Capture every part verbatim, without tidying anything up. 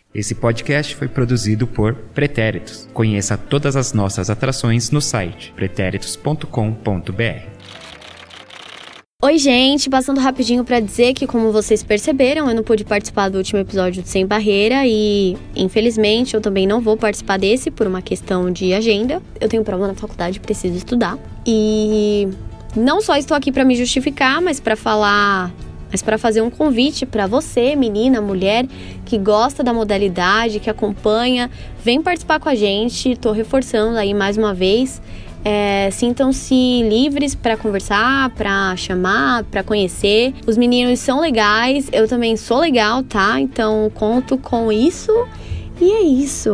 Esse podcast foi produzido por Pretéritos. Conheça todas as nossas atrações no site pretéritos ponto com ponto b r. Oi, gente, passando rapidinho pra dizer que, como vocês perceberam, eu não pude participar do último episódio do Sem Barreira e, infelizmente, eu também não vou participar desse por uma questão de agenda. Eu tenho prova na faculdade, preciso estudar. E não só estou aqui pra me justificar, mas pra falar... Mas para fazer um convite para você, menina, mulher, que gosta da modalidade, que acompanha, vem participar com a gente. Estou reforçando aí mais uma vez. É, sintam-se livres para conversar, para chamar, para conhecer. Os meninos são legais, eu também sou legal, tá? Então conto com isso e é isso.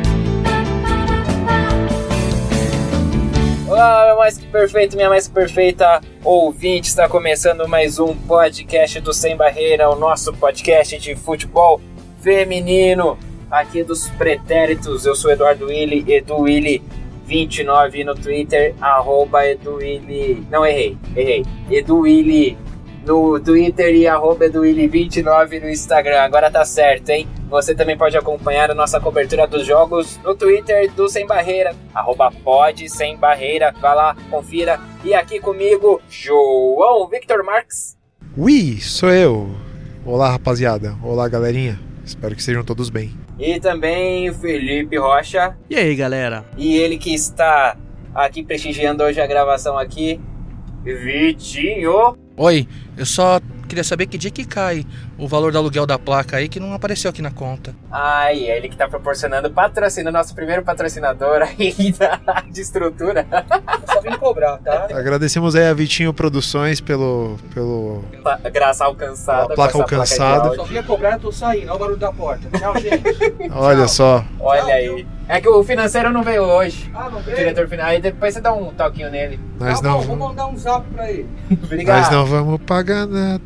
Olá, meu mais que perfeito, minha mais que perfeita ouvinte, está começando mais um podcast do Sem Barreira, o nosso podcast de futebol feminino, aqui dos Pretéritos. Eu sou Eduardo Willi, Edu Willi vinte e nove no Twitter, arroba Edu Willi, não, errei, errei, Edu Willi no Twitter e arroba Edu Willi vinte e nove no Instagram, agora tá certo, hein? Você também pode acompanhar a nossa cobertura dos jogos no Twitter do Sem Barreira, arroba pod Sem Barreira. Vá lá, confira. E aqui comigo, João Victor Marques. Ui, sou eu. Olá, rapaziada. Olá, galerinha. Espero que estejam todos bem. E também Felipe Rocha. E aí, galera? E ele que está aqui prestigiando hoje a gravação aqui, Vitinho. Oi, eu só queria saber que dia que cai o valor do aluguel da placa aí, que não apareceu aqui na conta. Ai, é ele que tá proporcionando patrocínio, nosso primeiro patrocinador aí da, de estrutura. Eu só vim cobrar, tá? Agradecemos aí a Vitinho Produções pelo... pelo... Graça alcançada. A placa alcançada. Placa só vinha cobrar, eu tô saindo, olha o barulho da porta. Tchau, gente. Olha Tchau. só. Olha Tchau, aí. viu? É que o financeiro não veio hoje. Ah, não O veio? diretor final. Aí depois você dá um toquinho nele. Nós Tá não, bom, vou mandar um zap pra ele. Obrigado. nós não vamos pagar nada.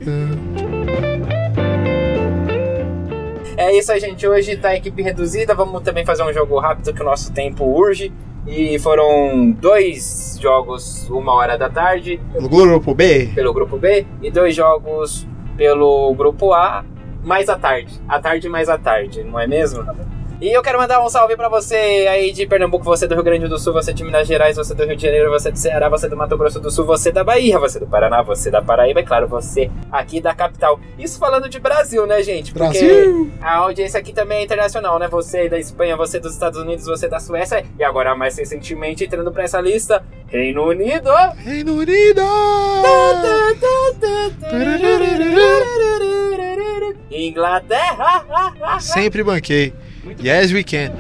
É isso aí, gente. Hoje tá a equipe reduzida. Vamos também fazer um jogo rápido que o nosso tempo urge. E foram dois jogos uma hora da tarde Pelo grupo B. pelo grupo B e dois jogos pelo grupo A mais à tarde. À tarde mais à tarde, não é mesmo? E eu quero mandar um salve pra você aí de Pernambuco, você do Rio Grande do Sul, você de Minas Gerais, você do Rio de Janeiro, você do Ceará, você do Mato Grosso do Sul, você da Bahia, você do Paraná, você da Paraíba e, claro, você aqui da capital. Isso falando de Brasil, né, gente? Porque Brasil! a audiência aqui também é internacional, né? Você da Espanha, você dos Estados Unidos, você da Suécia e agora, mais recentemente, entrando pra essa lista, Reino Unido. Reino Unido! Inglaterra. Sempre banquei. Yes, we can.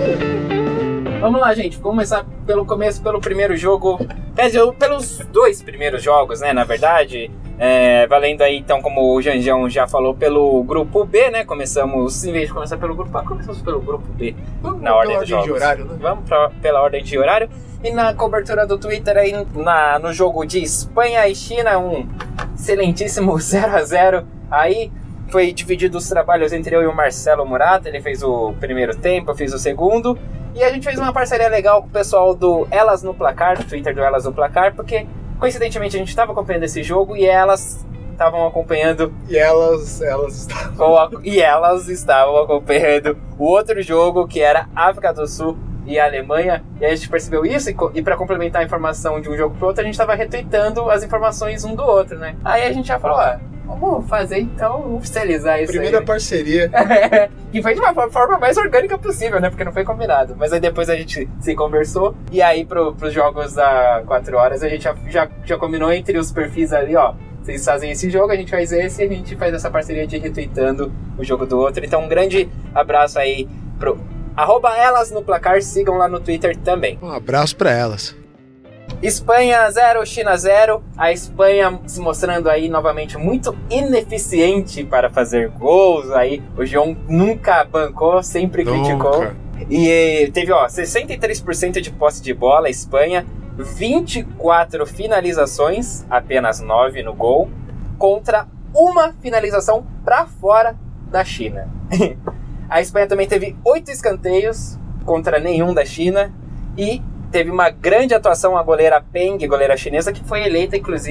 Vamos lá, gente. Vamos começar pelo começo, pelo primeiro jogo. Quer dizer, pelos dois primeiros jogos, né? Na verdade, é, valendo aí, então, como o Janjão já falou, pelo grupo B, né? Começamos, em vez de começar pelo grupo A, começamos pelo grupo B. Vamos na ordem pela dos ordem jogos. de horário, né? Vamos pra, pela ordem de horário. E na cobertura do Twitter aí, na, no jogo de Espanha e China, um excelentíssimo zero a zero. Aí foi dividido os trabalhos entre eu e o Marcelo Murata. Ele fez o primeiro tempo, eu fiz o segundo. E a gente fez uma parceria legal com o pessoal do Elas no Placar, do Twitter do Elas no Placar, porque coincidentemente a gente estava acompanhando esse jogo e elas estavam acompanhando E elas, elas estavam... a, e elas estavam acompanhando o outro jogo, que era África do Sul e a Alemanha. E aí a gente percebeu isso e, e para complementar a informação de um jogo pro outro, a gente estava retweetando as informações um do outro, né? Aí a gente já falou, ah, vamos fazer então, oficializar isso. Primeira aí. parceria. Que foi de uma forma mais orgânica possível, né? Porque não foi combinado. Mas aí depois a gente se conversou. E aí pro, pros jogos da quatro horas a gente já, já, já combinou entre os perfis ali, ó. Vocês fazem esse jogo, a gente faz esse e a gente faz essa parceria de retweetando o jogo do outro. Então um grande abraço aí pro arroba Elas no Placar. Sigam lá no Twitter também. Um abraço pra elas. Espanha zero, China zero. A Espanha se mostrando aí novamente muito ineficiente para fazer gols. Aí o João nunca bancou, sempre Nunca. criticou. E teve, ó, sessenta e três por cento de posse de bola a Espanha, vinte e quatro finalizações, apenas nove no gol, contra uma finalização para fora da China. A Espanha também teve oito escanteios contra nenhum da China e teve uma grande atuação a goleira Peng, goleira chinesa, que foi eleita, inclusive,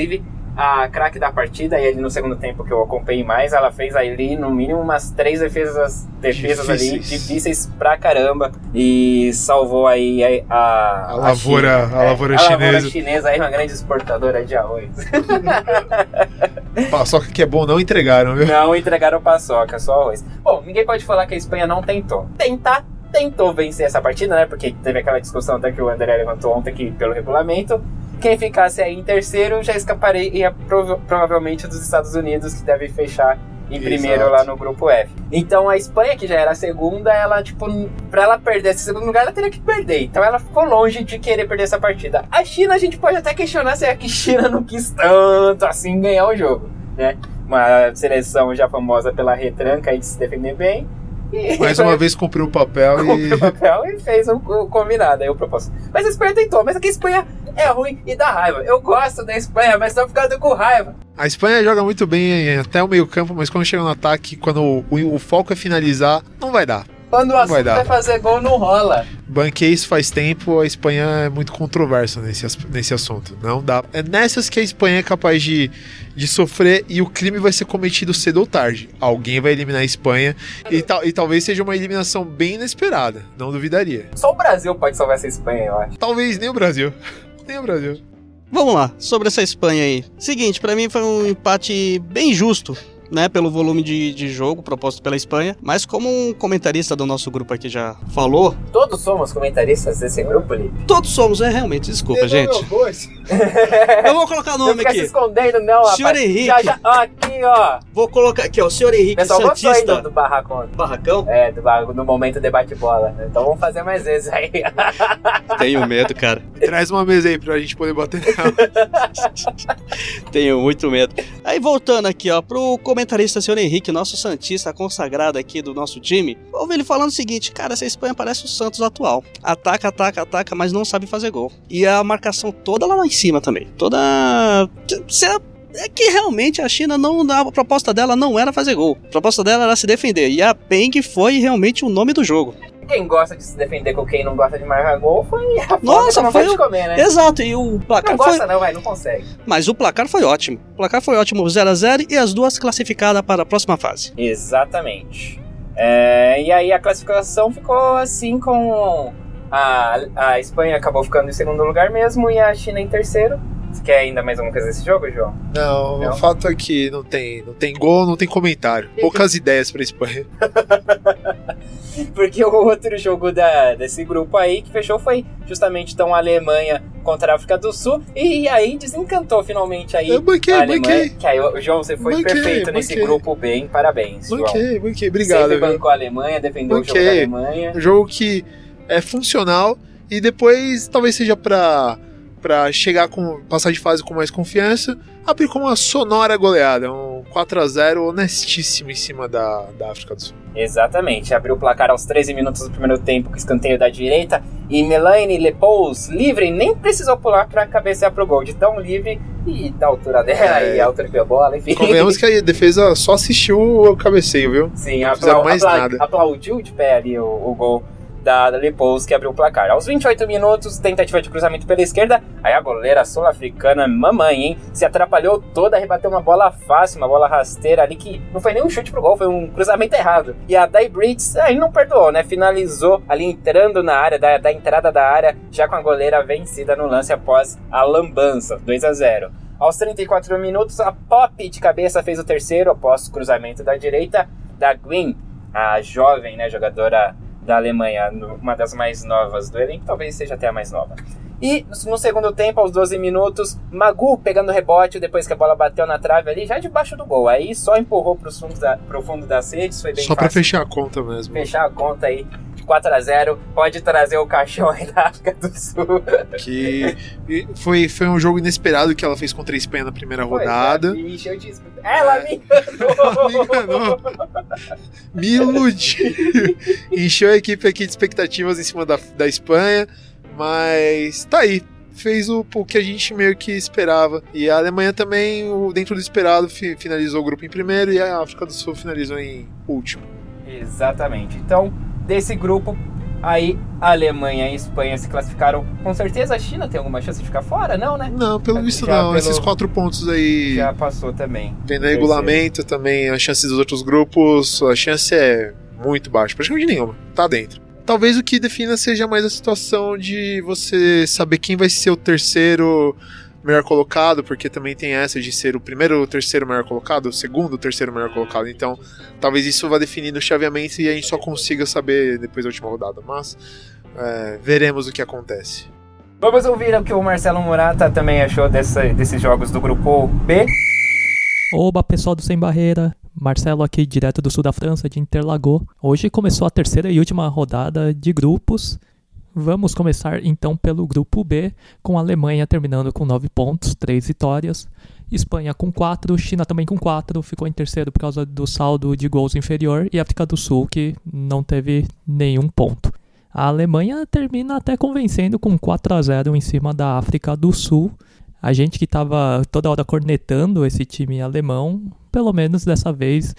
a craque da partida, e ali no segundo tempo que eu acompanhei mais, ela fez ali no mínimo umas três defesas, defesas difíceis. ali, difíceis pra caramba, e salvou aí a, a, a lavoura, a, China, a lavoura é, chinesa. A lavoura chinesa aí, uma grande exportadora de arroz. Paçoca que é bom, não entregaram, viu? Não entregaram paçoca, só arroz. Bom, ninguém pode falar que a Espanha não tentou. Tentar, tentou vencer essa partida, né? Porque teve aquela discussão até que o André levantou ontem aqui pelo regulamento. Quem ficasse aí em terceiro já escaparia prov- provavelmente dos Estados Unidos, que deve fechar em Exato. primeiro lá no grupo F. Então a Espanha, que já era a segunda, ela, tipo, pra ela perder esse segundo lugar, ela teria que perder. Então ela ficou longe de querer perder essa partida. A China, a gente pode até questionar se é que a China não quis tanto assim ganhar o jogo, né? Uma seleção já famosa pela retranca e de se defender bem. E Mais uma vez cumpriu o papel cumpriu e... o papel e fez o, o combinado, aí o propósito. Mas a Espanha tentou, mas aqui a Espanha é ruim e dá raiva. Eu gosto da Espanha, mas tô ficando com raiva. A Espanha joga muito bem até o meio campo, mas quando chega no ataque, quando o, o foco é finalizar, não vai dar. Quando o Não assunto vai dar. é fazer gol, não rola. Banquei isso faz tempo, a Espanha é muito controversa nesse, as- nesse assunto. Não dá. É nessas que a Espanha é capaz de, de sofrer e o crime vai ser cometido cedo ou tarde. Alguém vai eliminar a Espanha e, tal, e talvez seja uma eliminação bem inesperada. Não duvidaria. Só o Brasil pode salvar essa Espanha, eu acho. Talvez nem o Brasil. Nem o Brasil. Vamos lá, sobre essa Espanha aí. Seguinte, pra mim foi um empate bem justo, né, pelo volume de, de jogo proposto pela Espanha, mas como um comentarista do nosso grupo aqui já falou, Todos somos comentaristas desse grupo, Lipe. todos somos, é realmente, desculpa, gente. Eu vou colocar o Não nome fica se aqui. escondendo, não, Senhor rapaz. Henrique. Já, já, ó, aqui, ó. Vou colocar aqui, ó, o senhor O Henrique pessoal gostou aí Santista do, do barracão. Barracão. É, do, ba- do momento debate bola. Então vamos fazer mais vezes aí. Tenho medo, cara. Traz uma mesa aí pra gente poder bater nela. Tenho muito medo. Aí voltando aqui, ó, pro comentarista senhor Henrique, nosso santista consagrado aqui do nosso time, ouvi ele falando o seguinte: cara, essa Espanha parece o Santos atual. Ataca, ataca, ataca, mas não sabe fazer gol. E a marcação toda lá, lá em cima também. Toda... É que realmente a China não... A proposta dela não era fazer gol. A proposta dela era se defender. E a Peng foi realmente o nome do jogo. Quem gosta de se defender com quem não gosta de marcar gol foi a forma Nossa, que não foi pode o- comer, né? Exato, e o placar Não foi... gosta não, vai, não consegue. Mas o placar foi ótimo. O placar foi ótimo, zero a zero, e as duas classificadas para a próxima fase. Exatamente. É, e aí a classificação ficou assim com... A, a Espanha acabou ficando em segundo lugar mesmo e a China em terceiro. Você quer ainda mais alguma coisa desse jogo, João? Não, Não? o fato é que não tem, não tem gol, não tem comentário. Poucas ideias pra Espanha. Porque o outro jogo da, desse grupo aí que fechou foi justamente então a Alemanha contra a África do Sul. E aí desencantou finalmente aí Eu banquei, a Alemanha. banquei. Que aí, ô, João, você foi Banquei, perfeito nesse banquei. grupo bem. Parabéns, João. Banquei, banquei. Obrigado. Sempre viu? bancou a Alemanha, defendeu o jogo da Banquei. Alemanha. Um jogo que é funcional e depois talvez seja pra, pra chegar com. Passar de fase com mais confiança. Abrir com uma sonora goleada. Um quatro a zero honestíssimo em cima da, da África do Sul. Exatamente, abriu o placar aos treze minutos do primeiro tempo com escanteio da direita e Melaine Lepous, livre, nem precisou pular para cabecear pro gol, de tão livre e da altura dela É. e a altura da bola, enfim. Convenhamos que a defesa só assistiu o cabeceio, viu? Sim, Não fizeram aplau- mais apla- nada. aplaudiu de pé ali o, o gol da Lepous, que abriu o placar. Aos vinte e oito minutos, tentativa de cruzamento pela esquerda, aí a goleira sul-africana, mamãe, hein, se atrapalhou toda, rebateu uma bola fácil, uma bola rasteira ali, que não foi nem um chute pro gol, foi um cruzamento errado. E a Dai Brits, aí não perdoou, né, finalizou ali entrando na área, da, da entrada da área, já com a goleira vencida no lance após a lambança, dois a zero. Aos trinta e quatro minutos, a Pop de cabeça fez o terceiro, após o cruzamento da direita da Gwyn, a jovem, né, jogadora da Alemanha, uma das mais novas do elenco, talvez seja até a mais nova. E no segundo tempo, aos doze minutos, Magu pegando o rebote depois que a bola bateu na trave ali, já debaixo do gol. Aí só empurrou pro fundo, da, pro fundo das redes, foi bem Só pra fácil fechar a conta mesmo. fechar a conta aí de quatro a zero. Pode trazer o caixão aí da África do Sul. Que e foi, foi um jogo inesperado que ela fez contra a Espanha na primeira rodada. Pois é, me encheu de... Ela me enganou! Me enganou. Me iludiu. Encheu a equipe aqui de expectativas em cima da, da Espanha, mas tá aí. Fez o, o que a gente meio que esperava. E a Alemanha também, o, dentro do esperado, fi, finalizou o grupo em primeiro e a África do Sul finalizou em último. Exatamente. Então, desse grupo, Aí a Alemanha e a Espanha se classificaram. Com certeza a China tem alguma chance de ficar fora, não, né? Não, pelo visto Já não. pelo- Esses quatro pontos aí Já passou também. tem no regulamento também, a chance dos outros grupos, a chance é muito baixa, praticamente nenhuma, tá dentro. Talvez o que defina seja mais a situação de você saber quem vai ser o terceiro melhor colocado, porque também tem essa de ser o primeiro ou terceiro melhor colocado, o segundo ou terceiro melhor colocado. Então, talvez isso vá definir no chaveamento e a gente só consiga saber depois da última rodada. Mas é, veremos o que acontece. Vamos ouvir o que o Marcelo Murata também achou dessa, desses jogos do grupo B. Oba, pessoal do Sem Barreira. Marcelo aqui, direto do sul da França, de Interlagos. Hoje começou a terceira e última rodada de grupos. Vamos começar então pelo grupo B, com a Alemanha terminando com nove pontos, três vitórias. Espanha com quatro, China também com quatro, ficou em terceiro por causa do saldo de gols inferior. E África do Sul, que não teve nenhum ponto. A Alemanha termina até convencendo com quatro a zero em cima da África do Sul. A gente que estava toda hora cornetando esse time alemão, pelo menos dessa vez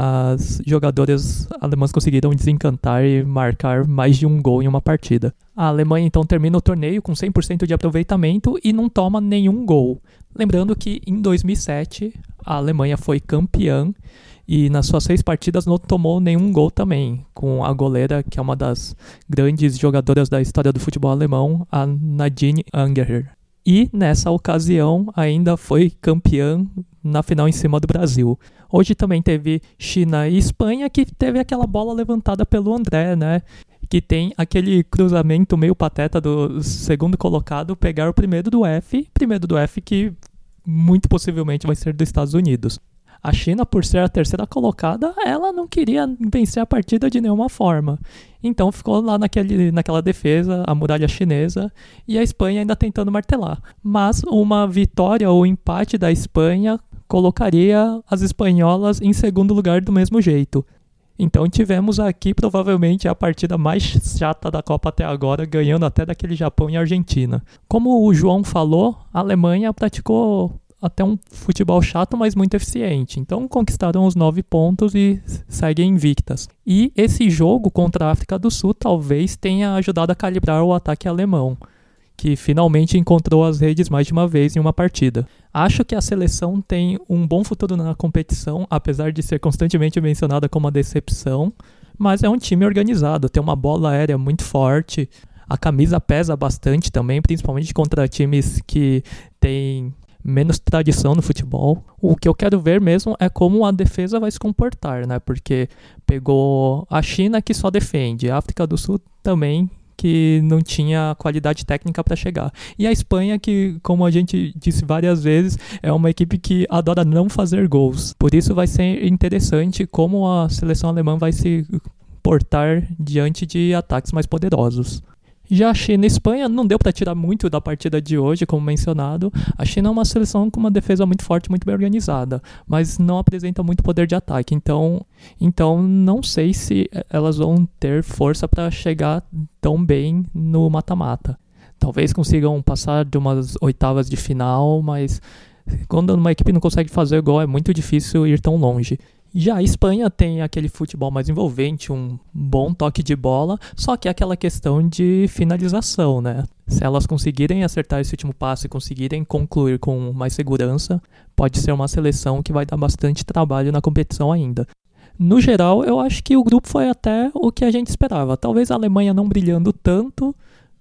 as jogadoras alemãs conseguiram desencantar e marcar mais de um gol em uma partida. A Alemanha então termina o torneio com cem por cento de aproveitamento e não toma nenhum gol. Lembrando que em dois mil e sete a Alemanha foi campeã e nas suas seis partidas não tomou nenhum gol também, com a goleira que é uma das grandes jogadoras da história do futebol alemão, a Nadine Angerer. E nessa ocasião ainda foi campeã na final em cima do Brasil. Hoje também teve China e Espanha, que teve aquela bola levantada pelo André, né? Que tem aquele cruzamento meio pateta do segundo colocado pegar o primeiro do F, primeiro do F que muito possivelmente vai ser dos Estados Unidos. A China, por ser a terceira colocada, ela não queria vencer a partida de nenhuma forma. Então ficou lá naquele, naquela defesa, a muralha chinesa, e a Espanha ainda tentando martelar. Mas uma vitória ou empate da Espanha colocaria as espanholas em segundo lugar do mesmo jeito. Então tivemos aqui provavelmente a partida mais chata da Copa até agora, ganhando até daquele Japão e Argentina. Como o João falou, a Alemanha praticou até um futebol chato, mas muito eficiente. Então conquistaram os nove pontos e seguem invictas. E esse jogo contra a África do Sul talvez tenha ajudado a calibrar o ataque alemão, que finalmente encontrou as redes mais de uma vez em uma partida. Acho que a seleção tem um bom futuro na competição, apesar de ser constantemente mencionada como uma decepção, mas é um time organizado, tem uma bola aérea muito forte, a camisa pesa bastante também, principalmente contra times que têm menos tradição no futebol. O que eu quero ver mesmo é como a defesa vai se comportar, né? Porque pegou a China, que só defende, a África do Sul também, que não tinha qualidade técnica para chegar. E a Espanha, que, como a gente disse várias vezes, é uma equipe que adora não fazer gols. Por isso vai ser interessante como a seleção alemã vai se portar diante de ataques mais poderosos. Já a China e a Espanha não deu para tirar muito da partida de hoje, como mencionado. A China é uma seleção com uma defesa muito forte, muito bem organizada, mas não apresenta muito poder de ataque. Então, então não sei se elas vão ter força para chegar tão bem no mata-mata. Talvez consigam passar de umas oitavas de final, mas quando uma equipe não consegue fazer gol é muito difícil ir tão longe. Já a Espanha tem aquele futebol mais envolvente, um bom toque de bola, só que é aquela questão de finalização, né? Se elas conseguirem acertar esse último passe e conseguirem concluir com mais segurança, pode ser uma seleção que vai dar bastante trabalho na competição ainda. No geral, eu acho que o grupo foi até o que a gente esperava. Talvez a Alemanha não brilhando tanto,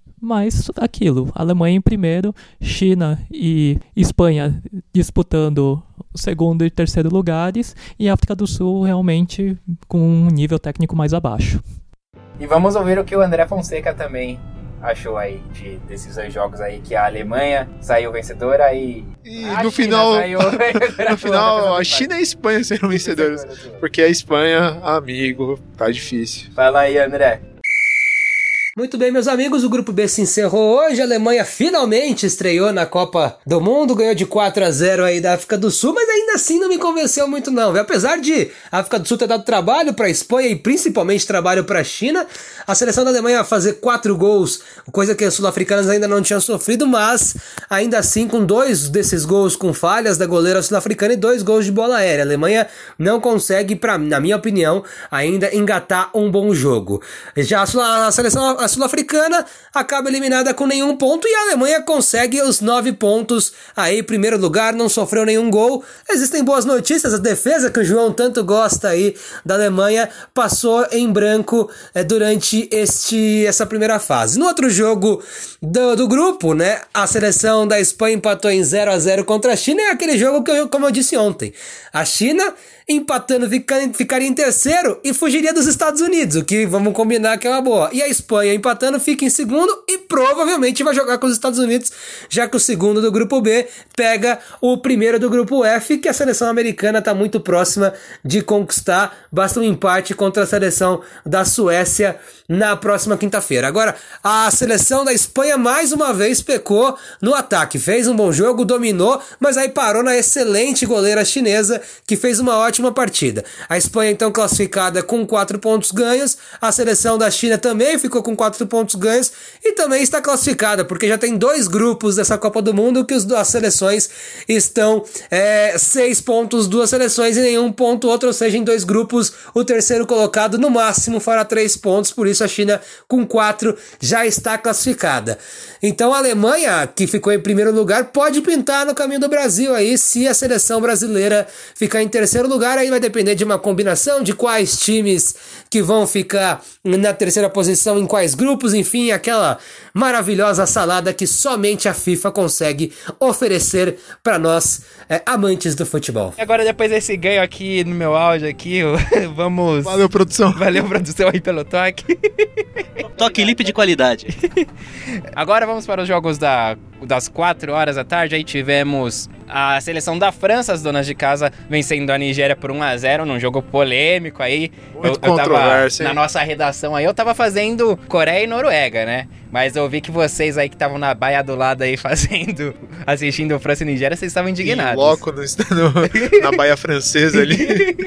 mas aquilo, Alemanha em primeiro, China e Espanha disputando segundo e terceiro lugares, e África do Sul realmente com um nível técnico mais abaixo. E vamos ouvir o que o André Fonseca também achou aí de, desses dois jogos aí, que a Alemanha saiu vencedora e, e a no China final, saiu no final a China e a Espanha serão vencedoras, porque a Espanha, amigo, tá difícil. Fala aí, André. Muito bem, meus amigos, o Grupo B se encerrou hoje. A Alemanha finalmente estreou na Copa do Mundo, ganhou de quatro a zero aí da África do Sul, mas ainda assim não me convenceu muito não, viu? Apesar de a África do Sul ter dado trabalho para a Espanha e principalmente trabalho para a China, a seleção da Alemanha fazer quatro gols, coisa que os sul-africanos ainda não tinham sofrido, mas ainda assim com dois desses gols com falhas da goleira sul-africana e dois gols de bola aérea. A Alemanha não consegue, pra, na minha opinião, ainda engatar um bom jogo. Já a seleção a sul-africana acaba eliminada com nenhum ponto e a Alemanha consegue os nove pontos aí, primeiro lugar, não sofreu nenhum gol. Existem boas notícias, a defesa que o João tanto gosta aí da Alemanha passou em branco é, durante este, essa primeira fase. No outro jogo do, do grupo, né, a seleção da Espanha empatou em zero a zero contra a China, é aquele jogo que eu, como eu disse ontem, a China empatando fica, ficaria em terceiro e fugiria dos Estados Unidos, o que vamos combinar que é uma boa. E a Espanha empatando fica em segundo e provavelmente vai jogar com os Estados Unidos, já que o segundo do grupo B pega o primeiro do grupo F, que a seleção americana está muito próxima de conquistar. Basta um empate contra a seleção da Suécia na próxima quinta-feira. Agora, a seleção da Espanha mais uma vez pecou no ataque, fez um bom jogo, dominou, mas aí parou na excelente goleira chinesa, que fez uma ótima partida. A Espanha então classificada com quatro pontos ganhos, a seleção da China também ficou com quatro pontos ganhos e também está classificada, porque já tem dois grupos dessa Copa do Mundo que os, as seleções estão é, seis pontos, duas seleções e nenhum ponto outro, ou seja, em dois grupos o terceiro colocado no máximo fará três pontos, por isso a China com quatro já está classificada. Então a Alemanha, que ficou em primeiro lugar, pode pintar no caminho do Brasil aí, se a seleção brasileira ficar em terceiro lugar, aí vai depender de uma combinação de quais times que vão ficar na terceira posição, em quais grupos, enfim, aquela maravilhosa salada que somente a FIFA consegue oferecer para nós, é, amantes do futebol. Agora, depois desse ganho aqui no meu áudio aqui, vamos... Valeu, produção. Valeu, produção, aí pelo toque. Toque limpo de qualidade. Agora vamos para os jogos da, das quatro horas da tarde. Aí tivemos a seleção da França, as donas de casa, vencendo a Nigéria por um a zero num jogo polêmico aí. Muito eu, eu tava, controverso, hein? na nossa redação aí, eu tava fazendo Coreia e Noruega, né? Mas eu vi que vocês aí que estavam na baia do lado aí fazendo, assistindo França e Nigéria, vocês estavam indignados. Em loco no, no, na baia francesa ali.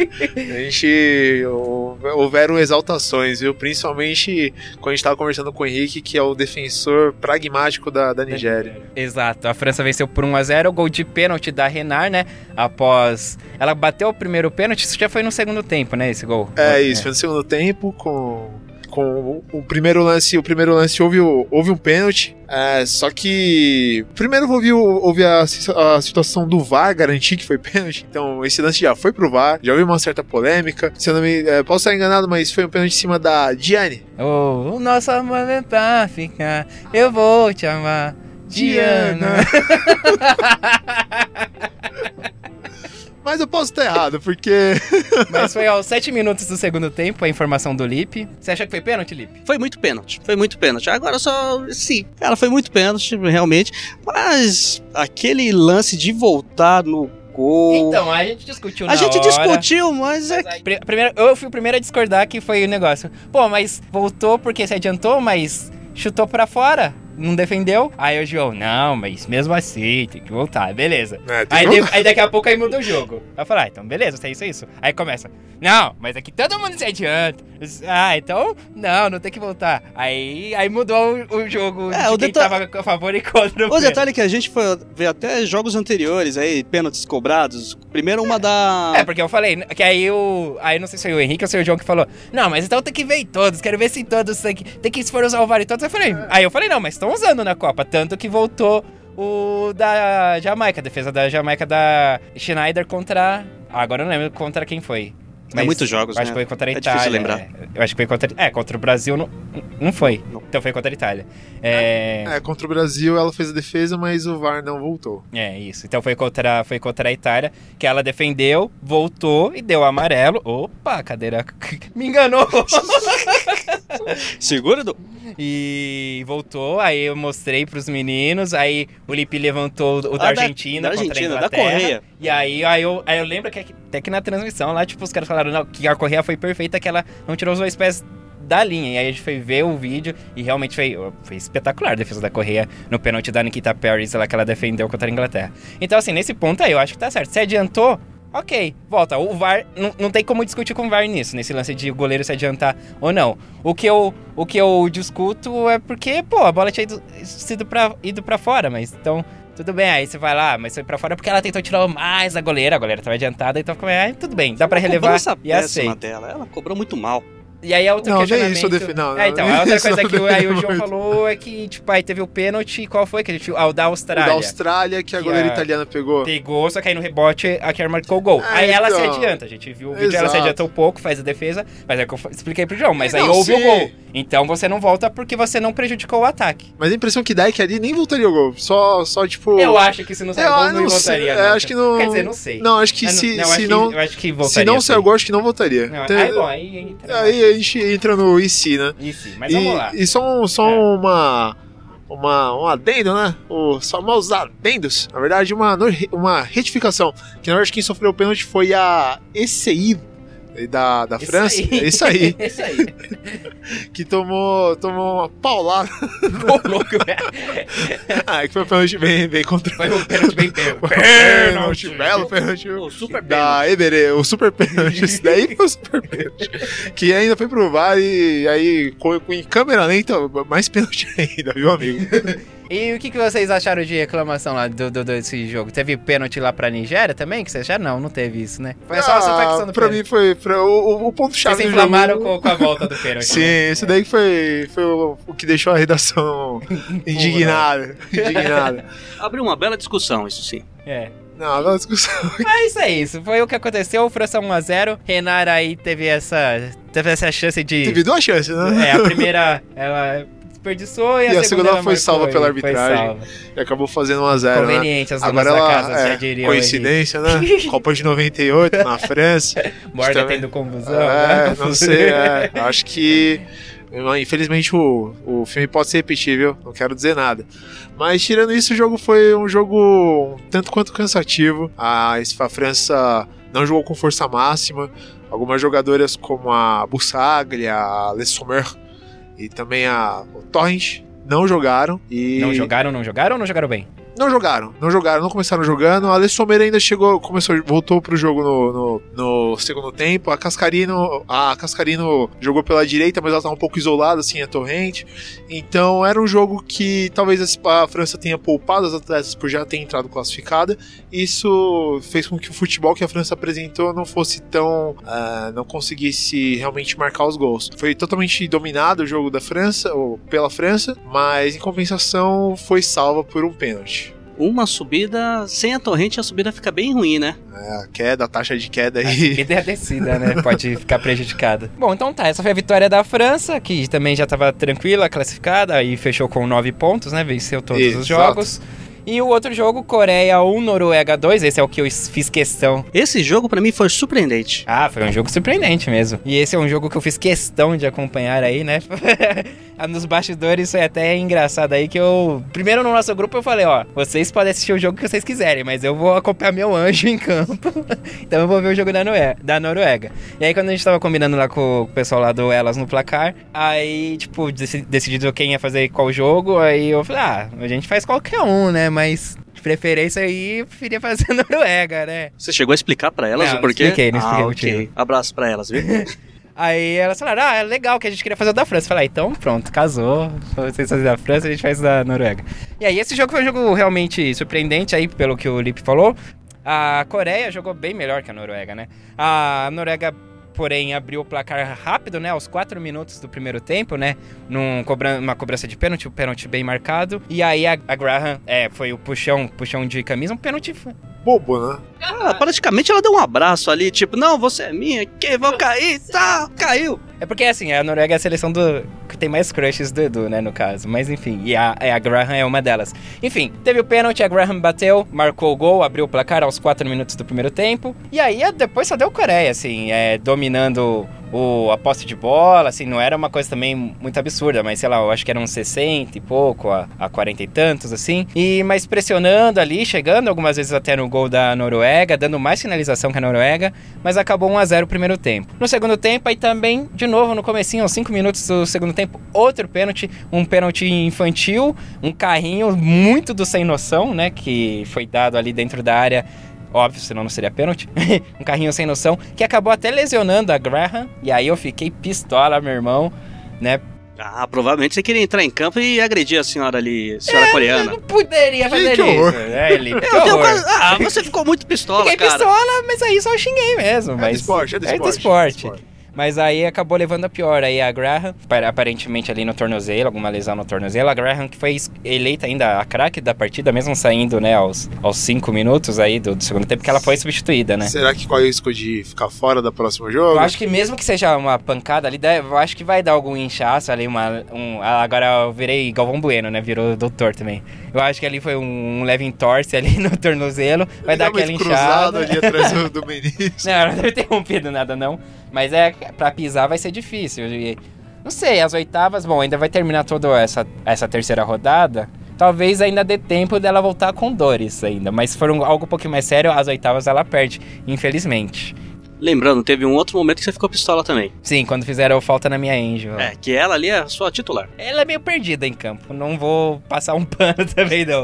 A gente... Houveram exaltações, viu? Principalmente quando a gente tava conversando com o Henrique, que é o defensor pragmático da, da Nigéria. Exato. A França venceu por um a zero, o gol de pênalti da Renard, né? Após... Ela bateu o primeiro pênalti, isso já foi no segundo tempo, né? Esse gol. É, isso. É. Foi no segundo tempo, com... Com o primeiro lance, o primeiro lance houve, houve um pênalti, é, só que primeiro houve, houve a, a situação do V A R garantir que foi pênalti, então esse lance já foi pro V A R, já houve uma certa polêmica, se eu não me, é, posso estar enganado, mas foi um pênalti em cima da Diane. Oh, o nosso amor é pra ficar, eu vou te amar, Diana. Mas eu posso estar errado, porque... Mas foi aos sete minutos do segundo tempo, a informação do Lipe. Você acha que foi pênalti, Lipe? Foi muito pênalti, foi muito pênalti. Agora só... Sim, cara, foi muito pênalti, realmente. Mas aquele lance de voltar no gol... Então, a gente discutiu na A gente hora. discutiu, mas é... Mas, primeiro, eu fui o primeiro a discordar que foi o negócio. Pô, mas voltou porque se adiantou, mas chutou pra fora. Não defendeu? Aí o João, não, mas mesmo assim, tem que voltar, beleza. É, aí, de, aí daqui a pouco aí muda o jogo. Eu falei, ah, então beleza, é isso, é isso. Aí começa, não, mas aqui todo mundo se adianta. Ah, então, não, não tem que voltar. Aí, aí mudou o, o jogo é, de o quem deta... tava a favor e contra o O detalhe é que a gente foi ver até jogos anteriores aí, pênaltis cobrados. Primeiro uma da... É, porque eu falei, que aí o... Aí não sei se foi o Henrique ou se foi o João que falou, não, mas então tem que ver em todos, quero ver se em todos tem que, tem que se for usar o V A R em todos. Eu falei, aí eu falei, não, mas estão usando na Copa, tanto que voltou o da Jamaica, a defesa da Jamaica da Schneider contra... Agora eu não lembro contra quem foi. Mas é muitos jogos, acho né? que foi contra a é Itália. difícil lembrar. É, eu acho que foi contra... É, contra o Brasil não, não foi. Não. Então foi contra a Itália. É... é, contra o Brasil ela fez a defesa, mas o V A R não voltou. É, isso. Então foi contra, foi contra a Itália, que ela defendeu, voltou e deu amarelo. Opa, a cadeira me enganou. Segura, do... E voltou, aí eu mostrei pros meninos, aí o Lipe levantou o da ah, Argentina da, da contra Argentina, a Inglaterra. Da Correia. E aí, aí, eu, aí eu lembro que até que na transmissão lá, tipo, os caras falaram não, que a Correia foi perfeita, que ela não tirou os dois pés da linha. E aí a gente foi ver o vídeo e realmente foi, foi espetacular a defesa da Correia no pênalti da Nikita Parris, lá que ela defendeu contra a Inglaterra. Então, assim, nesse ponto aí, eu acho que tá certo. Se adiantou, ok, volta. O V A R, não, não tem como discutir com o V A R nisso, nesse lance de o goleiro se adiantar ou não. O que eu, o que eu discuto é porque, pô, a bola tinha ido, sido pra, ido pra fora, mas então... Tudo bem, aí você vai lá, mas foi pra fora porque ela tentou tirar mais a goleira, a goleira tava adiantada, então ah, tudo bem, dá pra relevar e aceita. Dela. Ela cobrou muito mal. E aí é outro não, questionamento... Nem isso eu defino, não, é, então, a outra coisa que aí o João falou é que, tipo, aí teve o pênalti, qual foi? Que a gente, ah, o da Austrália. O da Austrália, que a que goleira a... italiana pegou. Pegou, só que aí no rebote a Kerr marcou o gol. É, aí ela então... se adianta, a gente viu o vídeo, Exato. Ela se adiantou um pouco, faz a defesa, mas é o que eu expliquei pro João, mas aí não, houve sim. o gol. Então você não volta porque você não prejudicou o ataque. Mas a impressão que dá é que ali nem voltaria o gol, só, só tipo... Eu acho que se não sair o gol, não, não voltaria. Sei, não. acho que não... Quer dizer, não sei. Não, acho que eu se não, se acho não... Que, eu acho que voltaria. Se não sair o gol, acho que não voltaria. Não, Tem... Aí, bom, aí entra... Aí a gente entra no I C, né? I C, mas e, vamos lá. E só, um, só é. uma... Uma, um adendo, né? Os famosos adendos. Na verdade, uma, uma retificação. Que na verdade quem sofreu o pênalti foi a E C I da, da França. Aí. Isso aí. Isso aí. Que tomou, tomou uma paulada. Pô, louco, Ah, que foi um pênalti bem, bem contra. Foi um pênalti bem pênalti. Pênalti, belo pênalti. O super da Eberê, o super pênalti. Esse daí foi o super pênalti. Que ainda foi pro V A R e aí, com, com em câmera lenta, mais pênalti ainda, viu, amigo? E o que, que vocês acharam de reclamação lá do, do, desse jogo? Teve pênalti lá pra Nigéria também? Que vocês acharam? Não, não teve isso, né? Foi só, ah, só foi a questão do pra pênalti. mim foi pra, o, o ponto-chave Vocês do se inflamaram jogo. com, com a volta do pênalti. Sim, né? isso daí foi, foi o, o que deixou a redação indignada. indignada. Abriu uma bela discussão, isso sim. É. Não, a bela discussão. Mas é isso, foi o que aconteceu. França um a zero. Renara aí teve essa, teve essa chance de... Teve duas chances, né? É, a primeira ela desperdiçou e, E a, a segunda ela foi salva marcou, pela e arbitragem. Foi salva. E acabou fazendo um a zero, né? Conveniente, as donas Agora da ela, casa, é, já diriam. coincidência, né? Copa de noventa e oito na França. Morga também... tendo confusão. É, né? não sei, é. Acho que... Infelizmente o, o filme pode se repetir, viu? Não quero dizer nada. Mas tirando isso, o jogo foi um jogo um tanto quanto cansativo. A, a França não jogou com força máxima. Algumas jogadoras como a Bussaglia, a Le Sommer e também a o Torrent não jogaram. E... Não jogaram, não jogaram ou não jogaram bem? Não jogaram, não jogaram, não começaram jogando. A Le Sommer ainda chegou, começou, voltou pro jogo no, no, no segundo tempo. A Cascarino, a Cascarino jogou pela direita, mas ela estava um pouco isolada, assim, a Torrente. Então era um jogo que talvez a França tenha poupado as atletas por já ter entrado classificada. Isso fez com que o futebol que a França apresentou não fosse tão... Uh, não conseguisse realmente marcar os gols. Foi totalmente dominado o jogo da França, ou pela França, mas em compensação foi salva por um pênalti. Uma subida, sem a Torrente, a subida fica bem ruim, né? É, a queda, a taxa de queda aí. A subida e a descida, né? Pode ficar prejudicada. Bom, então tá. Essa foi a vitória da França, que também já estava tranquila, classificada, e fechou com nove pontos, né? Venceu todos Exato. os jogos. E o outro jogo, Coreia um, Noruega dois, esse é o que eu fiz questão. Esse jogo pra mim foi surpreendente. Ah, foi um jogo surpreendente mesmo. E esse é um jogo que eu fiz questão de acompanhar aí, né? Nos bastidores foi até engraçado aí que eu... Primeiro no nosso grupo eu falei, ó, vocês podem assistir o jogo que vocês quiserem, mas eu vou acompanhar meu anjo em campo. Então eu vou ver o jogo da, Noé, da Noruega. E aí quando a gente tava combinando lá com o pessoal lá do Elas no placar, aí, tipo, decidido quem ia fazer qual jogo, aí eu falei, ah, a gente faz qualquer um, né? Mas de preferência aí eu preferia fazer a Noruega, né? Você chegou a explicar pra elas não, o porquê? Não expliquei, não expliquei ah, motivo. ok. Abraço pra elas, viu? Aí elas falaram, ah, é legal que a gente queria fazer o da França. Eu falei, ah, então pronto, casou. Vocês fazem da França, a gente faz da Noruega. E aí esse jogo foi um jogo realmente surpreendente aí, pelo que o Lipe falou. A Coreia jogou bem melhor que a Noruega, né? A Noruega, porém, abriu o placar rápido, né? Aos quatro minutos do primeiro tempo, né? Num cobran- uma cobrança de pênalti, um pênalti bem marcado. E aí a, a Graham, é, foi o puxão, puxão de camisa, um pênalti... Bobo, né? Ah, praticamente ela deu um abraço ali, tipo, não, você é minha, que vou cair, tá, caiu. É porque, assim, a Noruega é a seleção do que tem mais crushes do Edu, né, no caso. Mas, enfim, e a, a Graham é uma delas. Enfim, teve o pênalti, a Graham bateu, marcou o gol, abriu o placar aos quatro minutos do primeiro tempo. E aí, depois só deu Coreia, assim, é, dominando o, a posse de bola, assim, não era uma coisa também muito absurda, mas sei lá, eu acho que eram sessenta e pouco a, a quarenta e tantos, assim. E, mas pressionando ali, chegando algumas vezes até no gol da Noruega, dando mais finalização que a Noruega, mas acabou um a zero o primeiro tempo. No segundo tempo, aí também, de novo, no comecinho, aos cinco minutos do segundo tempo, outro pênalti, um pênalti infantil, um carrinho muito do sem noção, né, que foi dado ali dentro da área. Óbvio, senão não seria pênalti. Um carrinho sem noção, que acabou até lesionando a Graham. E aí eu fiquei pistola, meu irmão, né? Ah, provavelmente você queria entrar em campo e agredir a senhora ali, a senhora é, coreana. Eu não poderia fazer que isso. horror. É, ele, que eu horror. tenho... Ah, você ficou muito pistola, Fiquei cara. Fiquei pistola, mas aí só xinguei mesmo. É mas do esporte, é do é esporte. do esporte. É do esporte. Mas aí acabou levando a pior. Aí a Graham, aparentemente ali no tornozelo, alguma lesão no tornozelo. A Graham que foi eleita ainda a craque da partida, mesmo saindo, né, aos, aos cinco minutos aí do, do segundo tempo, porque ela foi substituída, né? Será que corre o risco de ficar fora do próximo jogo? Eu acho que mesmo que seja uma pancada ali, eu acho que vai dar algum inchaço ali, uma, um, agora eu virei Galvão Bueno, né, virou doutor também. Eu acho que ali foi um, um leve entorce ali no tornozelo, vai dar aquela inchada. ali atrás do, do menisco. Não, não deve ter rompido nada não, mas é, pra pisar vai ser difícil. E, não sei, as oitavas, bom, ainda vai terminar toda essa, essa terceira rodada. Talvez ainda dê tempo dela voltar com dores ainda. Mas se for um, algo um pouquinho mais sério, as oitavas ela perde, infelizmente. Lembrando, teve um outro momento que você ficou pistola também. Sim, quando fizeram falta na minha Angel. É, que ela ali é a sua titular. Ela é meio perdida em campo. Não vou passar um pano também, não.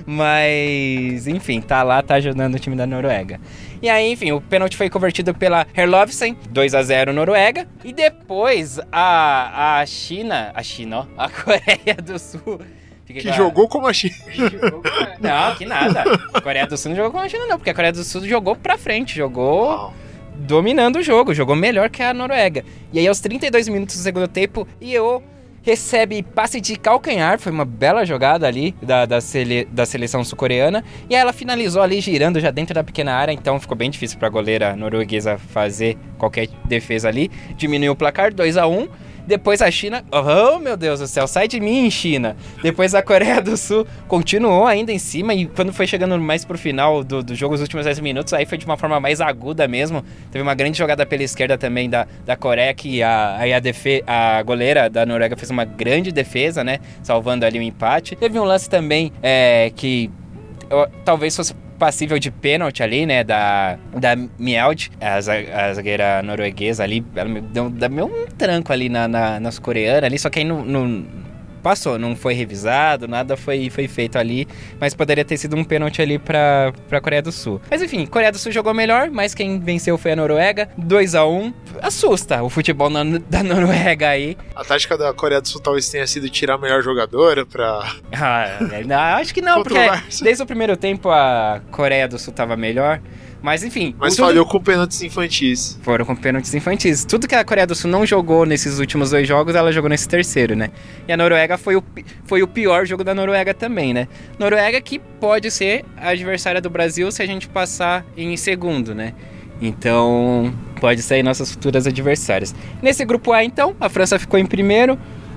Mas, enfim, tá lá, tá ajudando o time da Noruega. E aí, enfim, o pênalti foi convertido pela Herlovsen, dois a zero Noruega. E depois a, a China, a China, ó, a Coreia do Sul... Que claro. Jogou como a China. Não, que nada. A Coreia do Sul não jogou como a China, não, porque a Coreia do Sul jogou pra frente, jogou... Wow. Dominando o jogo, jogou melhor que a Noruega. E aí aos trinta e dois minutos do segundo tempo, Io recebe passe de calcanhar, foi uma bela jogada ali da, da, sele, da seleção sul-coreana, e aí ela finalizou ali girando já dentro da pequena área, então ficou bem difícil para a goleira norueguesa fazer qualquer defesa ali. Diminuiu o placar, dois a um. Depois a China, oh meu Deus do céu, sai de mim, China. Depois a Coreia do Sul continuou ainda em cima, e quando foi chegando mais pro final do, do jogo, os últimos dez minutos, aí foi de uma forma mais aguda mesmo. Teve uma grande jogada pela esquerda também da, da Coreia, que a, aí a, defe, a goleira da Noruega fez uma grande defesa, né, salvando ali o empate. Teve um lance também é, que eu, talvez fosse passível de pênalti ali, né, da, da Mjelde, a, a zagueira norueguesa ali, ela me deu, deu um tranco ali na, na, nas coreanas ali, só que aí não, não passou, não foi revisado, nada foi, foi feito ali, mas poderia ter sido um pênalti ali pra, pra Coreia do Sul. Mas enfim, Coreia do Sul jogou melhor, mas quem venceu foi a Noruega, dois a um. Assusta o futebol na, da Noruega aí. A tática da Coreia do Sul talvez tenha sido tirar a melhor jogadora pra... Ah, não, acho que não, porque desde o primeiro tempo a Coreia do Sul tava melhor. Mas enfim... Mas tudo... falhou com pênaltis infantis. Foram com pênaltis infantis. Tudo que a Coreia do Sul não jogou nesses últimos dois jogos, ela jogou nesse terceiro, né? E a Noruega foi o, foi o pior jogo da Noruega também, né? Noruega que pode ser a adversária do Brasil se a gente passar em segundo, né? Então, pode ser aí nossas futuras adversárias. Nesse grupo A, então, a França ficou em primeiro,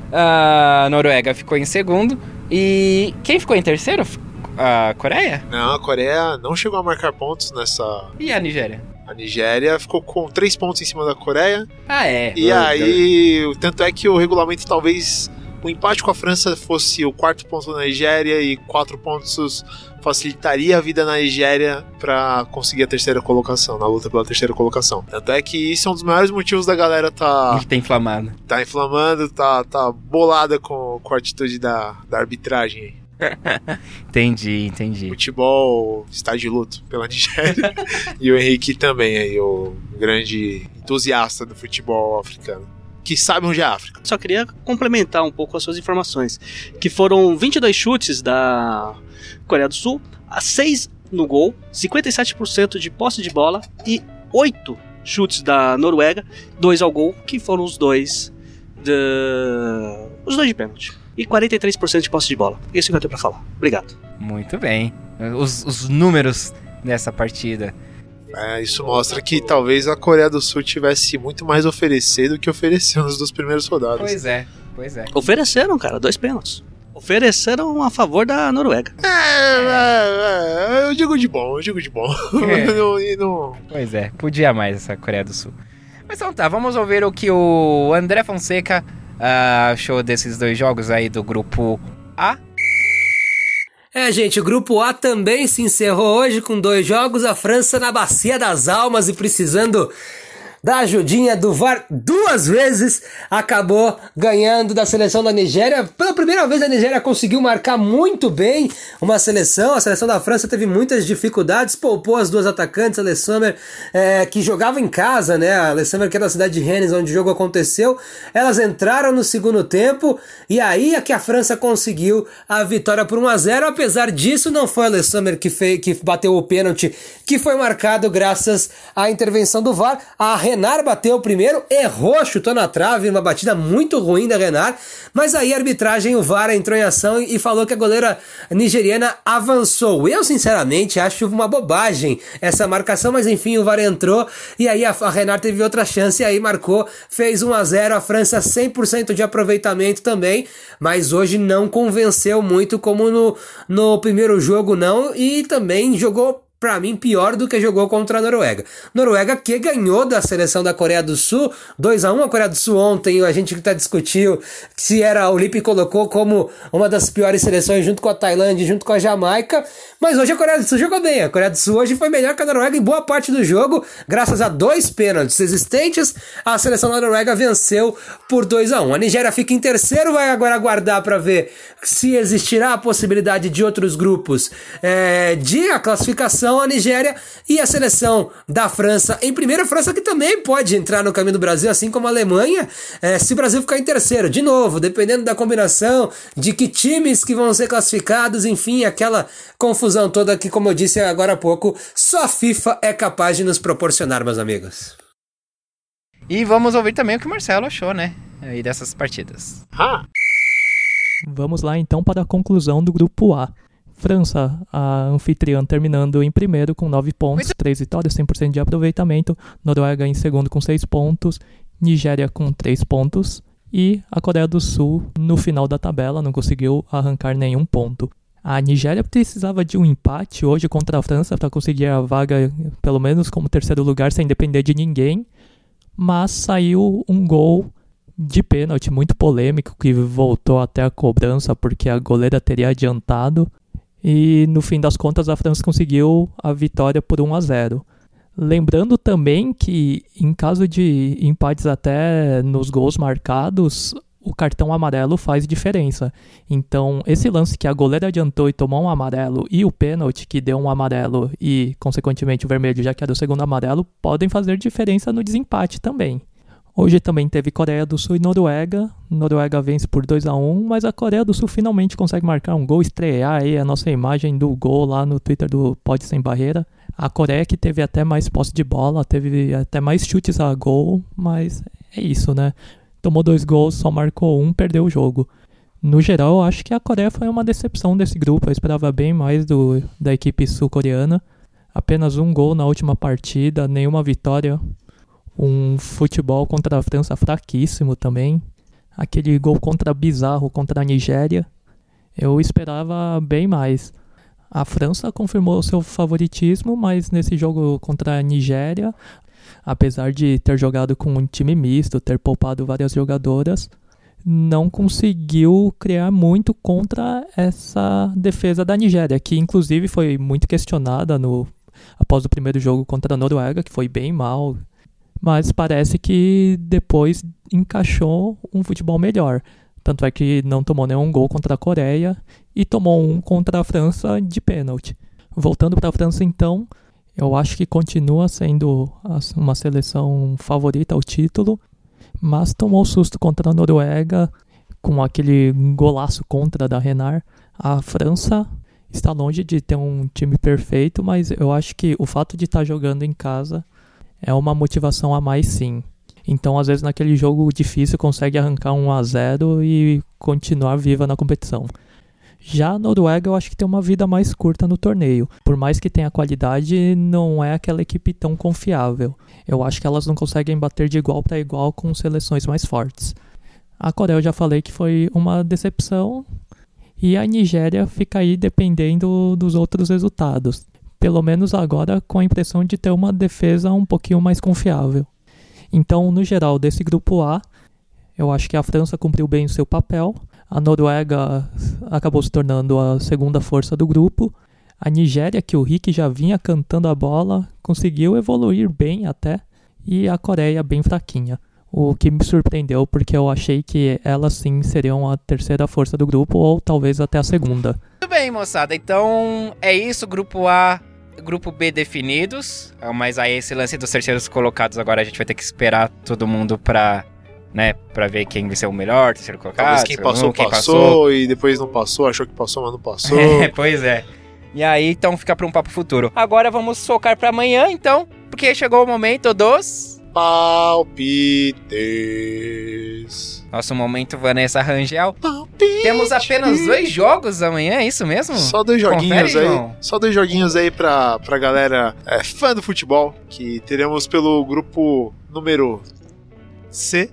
a Noruega ficou em segundo. E quem ficou em terceiro? A Coreia? Não, a Coreia não chegou a marcar pontos nessa... E a Nigéria? A Nigéria ficou com três pontos em cima da Coreia. Ah, é? E aí, tanto é que o regulamento talvez... O empate com a França fosse o quarto ponto da Nigéria e quatro pontos facilitaria a vida na Nigéria para conseguir a terceira colocação, na luta pela terceira colocação. Tanto é que isso é um dos maiores motivos da galera tá... Tá inflamado. Tá inflamando, tá, tá bolada com, com a atitude da, da arbitragem aí. Entendi, entendi. Futebol está de luto pela Nigéria. E o Henrique também aí, o grande entusiasta do futebol africano, que sabe onde é a África. Só queria complementar um pouco as suas informações, que foram vinte e dois chutes da Coreia do Sul, a seis no gol, cinquenta e sete por cento de posse de bola e oito chutes da Noruega, dois ao gol, que foram os dois de... os dois de pênalti. E quarenta e três por cento de posse de bola. Isso que eu tenho pra falar. Obrigado. Muito bem. Os, os números dessa partida. É, isso mostra que talvez a Coreia do Sul tivesse muito mais a oferecer do que ofereceu nas duas primeiras rodadas. Pois é, pois é. Ofereceram, cara, dois pênaltis. Ofereceram a favor da Noruega. É, é, é, eu digo de bom, eu digo de bom. É. não, não... Pois é, podia mais essa Coreia do Sul. Mas Mas então tá, vamos ouvir o que o André Fonseca uh, achou desses dois jogos aí do grupo A. É, gente, o grupo A também se encerrou hoje com dois jogos. A França na Bacia das Almas e precisando da ajudinha do V A R duas vezes, acabou ganhando da seleção da Nigéria. Pela primeira vez a Nigéria conseguiu marcar muito bem uma seleção. A seleção da França teve muitas dificuldades, poupou as duas atacantes, a Le Sommer, é, que jogava em casa, né? A Le Sommer, que é da cidade de Rennes, onde o jogo aconteceu. Elas entraram no segundo tempo e aí é que a França conseguiu a vitória por um a zero. Apesar disso, não foi a Le Sommer que, fez, que bateu o pênalti, que foi marcado graças à intervenção do V A R. A Renard bateu o primeiro, errou, chutou na trave, uma batida muito ruim da Renard, mas aí a arbitragem, o V A R entrou em ação e falou que a goleira nigeriana avançou. Eu, sinceramente, acho uma bobagem essa marcação, mas enfim, o V A R entrou e aí a, a Renard teve outra chance e aí marcou, fez um a zero, a França cem por cento de aproveitamento também, mas hoje não convenceu muito como no, no primeiro jogo não, e também jogou pra mim, pior do que jogou contra a Noruega. Noruega que ganhou da seleção da Coreia do Sul, dois a um. A Coreia do Sul ontem, a gente que tá discutiu se era, o Lipe colocou como uma das piores seleções junto com a Tailândia, junto com a Jamaica, mas hoje a Coreia do Sul jogou bem. A Coreia do Sul hoje foi melhor que a Noruega em boa parte do jogo, graças a dois pênaltis existentes. A seleção da Noruega venceu por dois a um. A Nigéria fica em terceiro, vai agora aguardar para ver se existirá a possibilidade de outros grupos é, de a classificação. A Nigéria e a seleção da França em primeiro. A França que também pode entrar no caminho do Brasil, assim como a Alemanha, é, se o Brasil ficar em terceiro. De novo, dependendo da combinação, de que times que vão ser classificados, enfim, aquela confusão toda que, como eu disse agora há pouco, só a FIFA é capaz de nos proporcionar, meus amigos. E vamos ouvir também o que o Marcelo achou, né, aí dessas partidas. Ah. Vamos lá então para a conclusão do grupo A. França, a anfitriã, terminando em primeiro com nove pontos, três vitórias, cem por cento de aproveitamento. Noruega em segundo com seis pontos. Nigéria com três pontos. E a Coreia do Sul, no final da tabela, não conseguiu arrancar nenhum ponto. A Nigéria precisava de um empate hoje contra a França para conseguir a vaga, pelo menos como terceiro lugar, sem depender de ninguém. Mas saiu um gol de pênalti muito polêmico que voltou até a cobrança porque a goleira teria adiantado. E no fim das contas a França conseguiu a vitória por um a zero. Lembrando também que em caso de empates até nos gols marcados, o cartão amarelo faz diferença. Então esse lance que a goleira adiantou e tomou um amarelo e o pênalti que deu um amarelo e consequentemente o vermelho já que era o segundo amarelo, podem fazer diferença no desempate também. Hoje também teve Coreia do Sul e Noruega. Noruega vence por dois a um, mas a Coreia do Sul finalmente consegue marcar um gol, estrear aí a nossa imagem do gol lá no Twitter do Pod Sem Barreira. A Coreia que teve até mais posse de bola, teve até mais chutes a gol, mas é isso, né? Tomou dois gols, só marcou um, perdeu o jogo. No geral, eu acho que a Coreia foi uma decepção desse grupo. Eu esperava bem mais do, da equipe sul-coreana. Apenas um gol na última partida, nenhuma vitória. Um futebol contra a França fraquíssimo também. Aquele gol contra bizarro contra a Nigéria. Eu esperava bem mais. A França confirmou seu favoritismo, mas nesse jogo contra a Nigéria, apesar de ter jogado com um time misto, ter poupado várias jogadoras, não conseguiu criar muito contra essa defesa da Nigéria, que inclusive foi muito questionada no, após o primeiro jogo contra a Noruega, que foi bem mal. Mas parece que depois encaixou um futebol melhor. Tanto é que não tomou nenhum gol contra a Coreia e tomou um contra a França de pênalti. Voltando para a França então, eu acho que continua sendo uma seleção favorita ao título, mas tomou susto contra a Noruega com aquele golaço contra da Renard. A França está longe de ter um time perfeito, mas eu acho que o fato de estar jogando em casa é uma motivação a mais, sim. Então, às vezes, naquele jogo difícil, consegue arrancar um a zero e continuar viva na competição. Já a Noruega, eu acho que tem uma vida mais curta no torneio. Por mais que tenha qualidade, não é aquela equipe tão confiável. Eu acho que elas não conseguem bater de igual para igual com seleções mais fortes. A Coreia, eu já falei que foi uma decepção. E a Nigéria fica aí dependendo dos outros resultados. Pelo menos agora com a impressão de ter uma defesa um pouquinho mais confiável. Então, no geral, desse grupo A, eu acho que a França cumpriu bem o seu papel, a Noruega acabou se tornando a segunda força do grupo, a Nigéria, que o Rick já vinha cantando a bola, conseguiu evoluir bem até, e a Coreia bem fraquinha. O que me surpreendeu, porque eu achei que elas sim seriam a terceira força do grupo, ou talvez até a segunda. Tudo bem, moçada. Então, é isso. Grupo A, Grupo B definidos. Mas aí esse lance dos terceiros colocados, agora a gente vai ter que esperar todo mundo pra, né, pra ver quem vai ser o melhor, terceiro colocado. Talvez quem passou, quem passou, passou, e depois não passou, achou que passou, mas não passou. É, pois é. E aí, então, fica pra um papo futuro. Agora vamos focar pra amanhã, então, porque chegou o momento dos... palpites. Nosso momento Vanessa Rangel. Palpites. Temos apenas dois jogos amanhã, é isso mesmo? Só dois joguinhos Confere, aí. João? Só dois joguinhos aí pra, pra galera é, fã do futebol. Que teremos pelo grupo número C.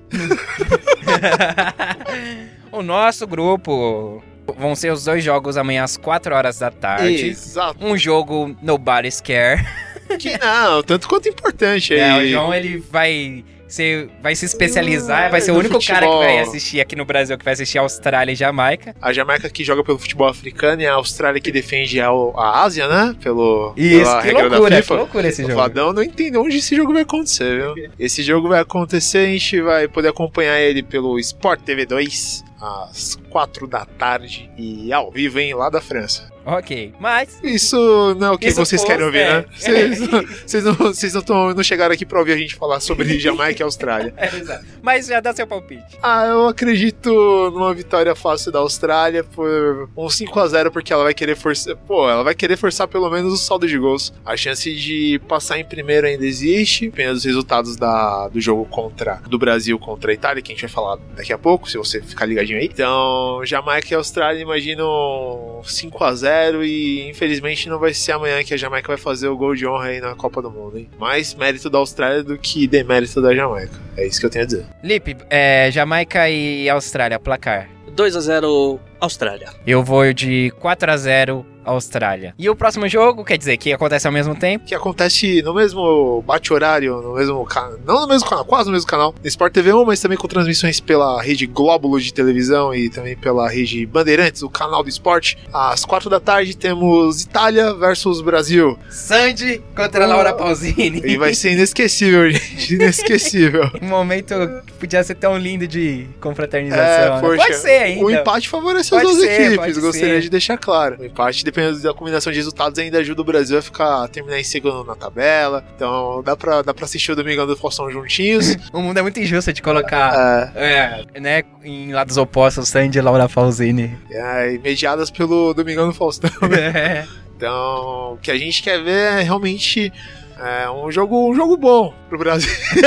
O nosso grupo... Vão ser os dois jogos amanhã às quatro horas da tarde. Exato. Um jogo Nobody's Care. Que não, tanto quanto importante aí. É, o João, ele vai, ser, vai se especializar, Hum, vai ser o único futebol. cara que vai assistir aqui no Brasil, que vai assistir Austrália e Jamaica. A Jamaica que joga pelo futebol africano e a Austrália que defende a, a Ásia, né? Pelo, Isso, pela que regra loucura, da FIFA. que loucura esse O jogo. Vadão não entende onde esse jogo vai acontecer, viu? Esse jogo vai acontecer, a gente vai poder acompanhar ele pelo Sport T V dois, às quatro da tarde e ao vivo, hein, lá da França. Ok, mas... Isso não é o que Isso vocês fosse, querem ouvir, é. né? Vocês não, vocês não, vocês não, tão, não chegaram aqui pra ouvir a gente falar sobre Jamaica e Austrália. É, exato. Mas já dá seu palpite. Ah, eu acredito numa vitória fácil da Austrália por um cinco a zero, porque ela vai querer forçar. Pô, ela vai querer forçar pelo menos o saldo de gols. A chance de passar em primeiro ainda existe. Apenas os resultados da, do jogo contra do Brasil contra a Itália, que a gente vai falar daqui a pouco, se você ficar ligadinho aí. Então, Jamaica e Austrália, imagino cinco a zero e infelizmente não vai ser amanhã que a Jamaica vai fazer o gol de honra aí na Copa do Mundo, hein? Mais mérito da Austrália do que demérito da Jamaica. É isso que eu tenho a dizer. Lipe, é, Jamaica e Austrália, placar. dois a zero Austrália. Eu vou de quatro a zero Austrália. E o próximo jogo, quer dizer, que acontece ao mesmo tempo? Que acontece no mesmo bate-horário, no mesmo canal, não no mesmo canal, quase no mesmo canal, no Sport T V um, mas também com transmissões pela rede Glóbulo de televisão e também pela rede Bandeirantes, o canal do esporte. Às quatro da tarde temos Itália versus Brasil. Sandy contra Laura Pausini. E vai ser inesquecível, gente, inesquecível. Um momento que podia ser tão lindo de confraternização. É, né? poxa, Pode ser ainda. O empate favorece Pode as duas ser, equipes, pode gostaria ser. de deixar claro. O empate, dependendo da combinação de resultados, ainda ajuda o Brasil a ficar, a terminar em segundo na tabela. Então dá pra, dá pra assistir o Domingão do Faustão juntinhos. O mundo é muito injusto de colocar, é. É, né, em lados opostos, Sandy e Laura Pausini. É, mediadas pelo Domingão do Faustão. É. Então, o que a gente quer ver é realmente é, um, jogo, um jogo bom pro Brasil.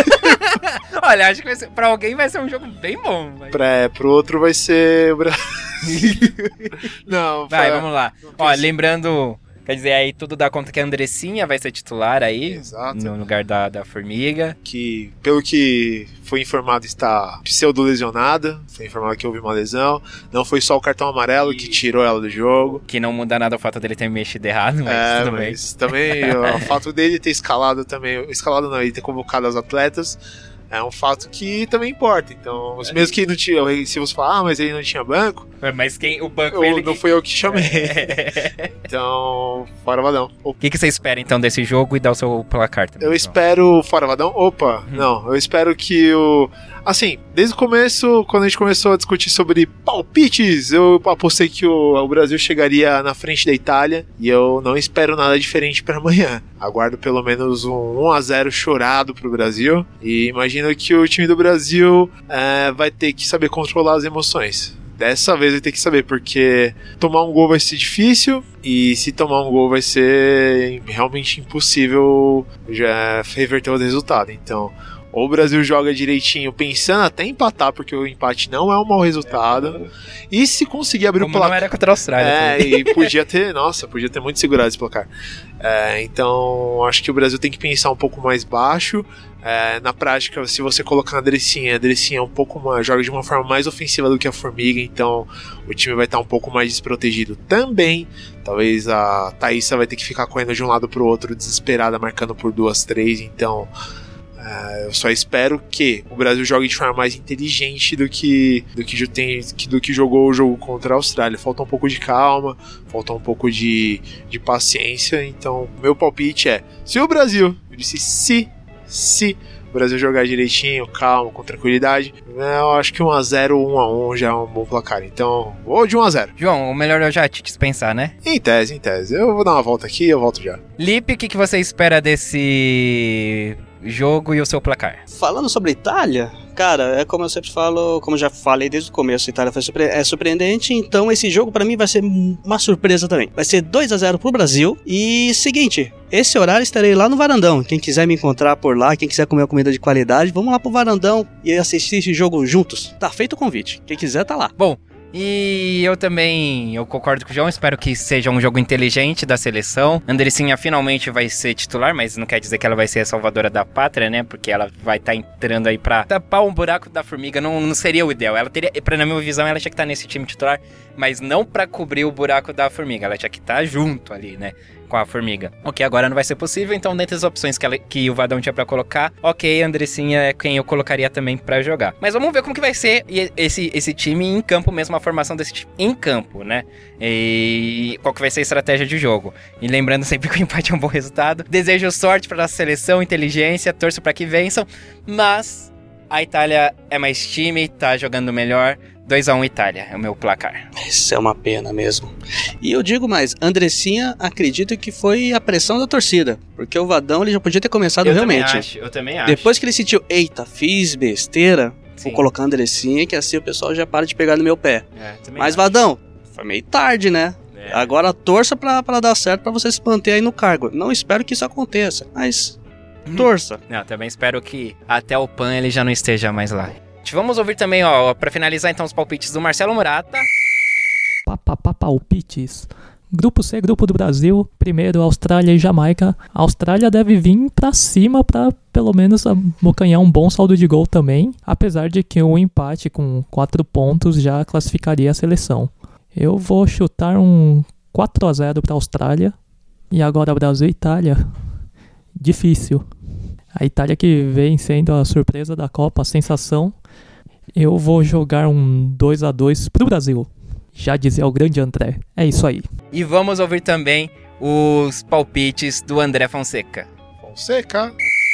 Olha, acho que vai ser, pra alguém vai ser um jogo bem bom. Mas... Pra, pro outro vai ser o Brasil. Não, vai, pra... vamos lá. Ó, lembrando, quer dizer, aí tudo dá conta que a Andressinha vai ser titular aí. Exato. No lugar da, da Formiga. Que, pelo que foi informado, está pseudo-lesionada. Foi informado que houve uma lesão. Não foi só o cartão amarelo que tirou ela do jogo. Que não muda nada o fato dele ter mexido errado, mas é, tudo mas bem. também o fato dele ter escalado também. Escalado não, ele ter convocado as atletas. É um fato que também importa. Então, os mesmos que não tinha. Se você falar, ah, mas ele não tinha banco. Mas quem. O banco eu, ele não que... fui eu que chamei. Então, fora Vadão. O que, que você espera então desse jogo e dá o seu placar também? Eu espero. Fora Vadão? Opa, hum. não. Eu espero que o. Assim, desde o começo, quando a gente começou a discutir sobre palpites, eu apostei que o, o Brasil chegaria na frente da Itália e eu não espero nada diferente para amanhã. Aguardo pelo menos um um a zero chorado pro Brasil e imagino que o time do Brasil é, vai ter que saber controlar as emoções. Dessa vez vai ter que saber, porque tomar um gol vai ser difícil e se tomar um gol vai ser realmente impossível já reverter o resultado. Então, ou o Brasil joga direitinho, pensando até em empatar, porque o empate não é um mau resultado. E se conseguir abrir Como o placar. Não era contra a Austrália. É, e podia ter, nossa, podia ter muito segurado esse placar. É, então, acho que o Brasil tem que pensar um pouco mais baixo. É, na prática, se você colocar a Andressinha, a Andressinha é um pouco mais, joga de uma forma mais ofensiva do que a Formiga, então o time vai estar um pouco mais desprotegido também. Talvez a Thaísa vai ter que ficar correndo de um lado pro outro, desesperada, marcando por duas, três, então. Uh, eu só espero que o Brasil jogue de forma mais inteligente do que, do que, tem, do que jogou o jogo contra a Austrália. Falta um pouco de calma, falta um pouco de, de paciência. Então, meu palpite é: se o Brasil, eu disse se, se o Brasil jogar direitinho, calma, com tranquilidade, eu acho que um a zero ou um a um já é um bom placar. Então, ou de um a zero. João, o melhor é eu já te dispensar, né? Em tese, em tese. Eu vou dar uma volta aqui e eu volto já. Lipe, o que, que você espera desse jogo e o seu placar? Falando sobre a Itália, cara, é como eu sempre falo, como eu já falei desde o começo, a Itália foi surpre- é surpreendente, então esse jogo pra mim vai ser uma surpresa também. Vai ser dois a zero pro Brasil. E seguinte, esse horário estarei lá no Varandão. Quem quiser me encontrar por lá, quem quiser comer uma comida de qualidade, vamos lá pro Varandão e assistir esse jogo juntos. Tá feito o convite, quem quiser tá lá. Bom, e eu também, eu concordo com o João, espero que seja um jogo inteligente da seleção. Andressinha finalmente vai ser titular, mas não quer dizer que ela vai ser a salvadora da pátria, né? Porque ela vai estar tá entrando aí pra tapar um buraco da formiga, não, não seria o ideal. Ela teria, pra na minha visão, ela tinha que estar tá nesse time titular, mas não pra cobrir o buraco da formiga, ela tinha que estar tá junto ali, né? Com a formiga. O que agora não vai ser possível, então dentre as opções que, ela, que o Vadão tinha pra colocar, ok, Andressinha é quem eu colocaria também pra jogar. Mas vamos ver como que vai ser esse, esse time em campo mesmo, a formação desse time em campo, né? E qual que vai ser a estratégia de jogo. E lembrando sempre que o empate é um bom resultado. Desejo sorte pra nossa seleção, inteligência, torço pra que vençam, mas a Itália é mais time, tá jogando melhor. dois a um Itália, é o meu placar. Isso é uma pena mesmo. E eu digo mais, Andressinha, acredito que foi a pressão da torcida, porque o Vadão ele já podia ter começado eu realmente. Também acho, eu também acho. Depois que ele sentiu, eita, fiz besteira, Sim. vou colocar Andressinha, que assim o pessoal já para de pegar no meu pé. É, Mas acho. Vadão, foi meio tarde, né? É. Agora torça pra, pra dar certo, pra você se manter aí no cargo. Não espero que isso aconteça, mas torça. Não, também espero que até o Pan ele já não esteja mais lá. Vamos ouvir também, ó, pra finalizar então os palpites do Marcelo Murata. Papapá, palpites. Grupo C, grupo do Brasil. Primeiro, Austrália e Jamaica. A Austrália deve vir pra cima pra pelo menos abocanhar um bom saldo de gol também. Apesar de que um empate com quatro pontos já classificaria a seleção. Eu vou chutar um quatro a zero pra Austrália. E agora Brasil e Itália. Difícil. A Itália que vem sendo a surpresa da Copa, a sensação. Eu vou jogar um dois a dois pro Brasil. Já dizia o grande André. É isso aí. E vamos ouvir também os palpites do André Fonseca. Fonseca.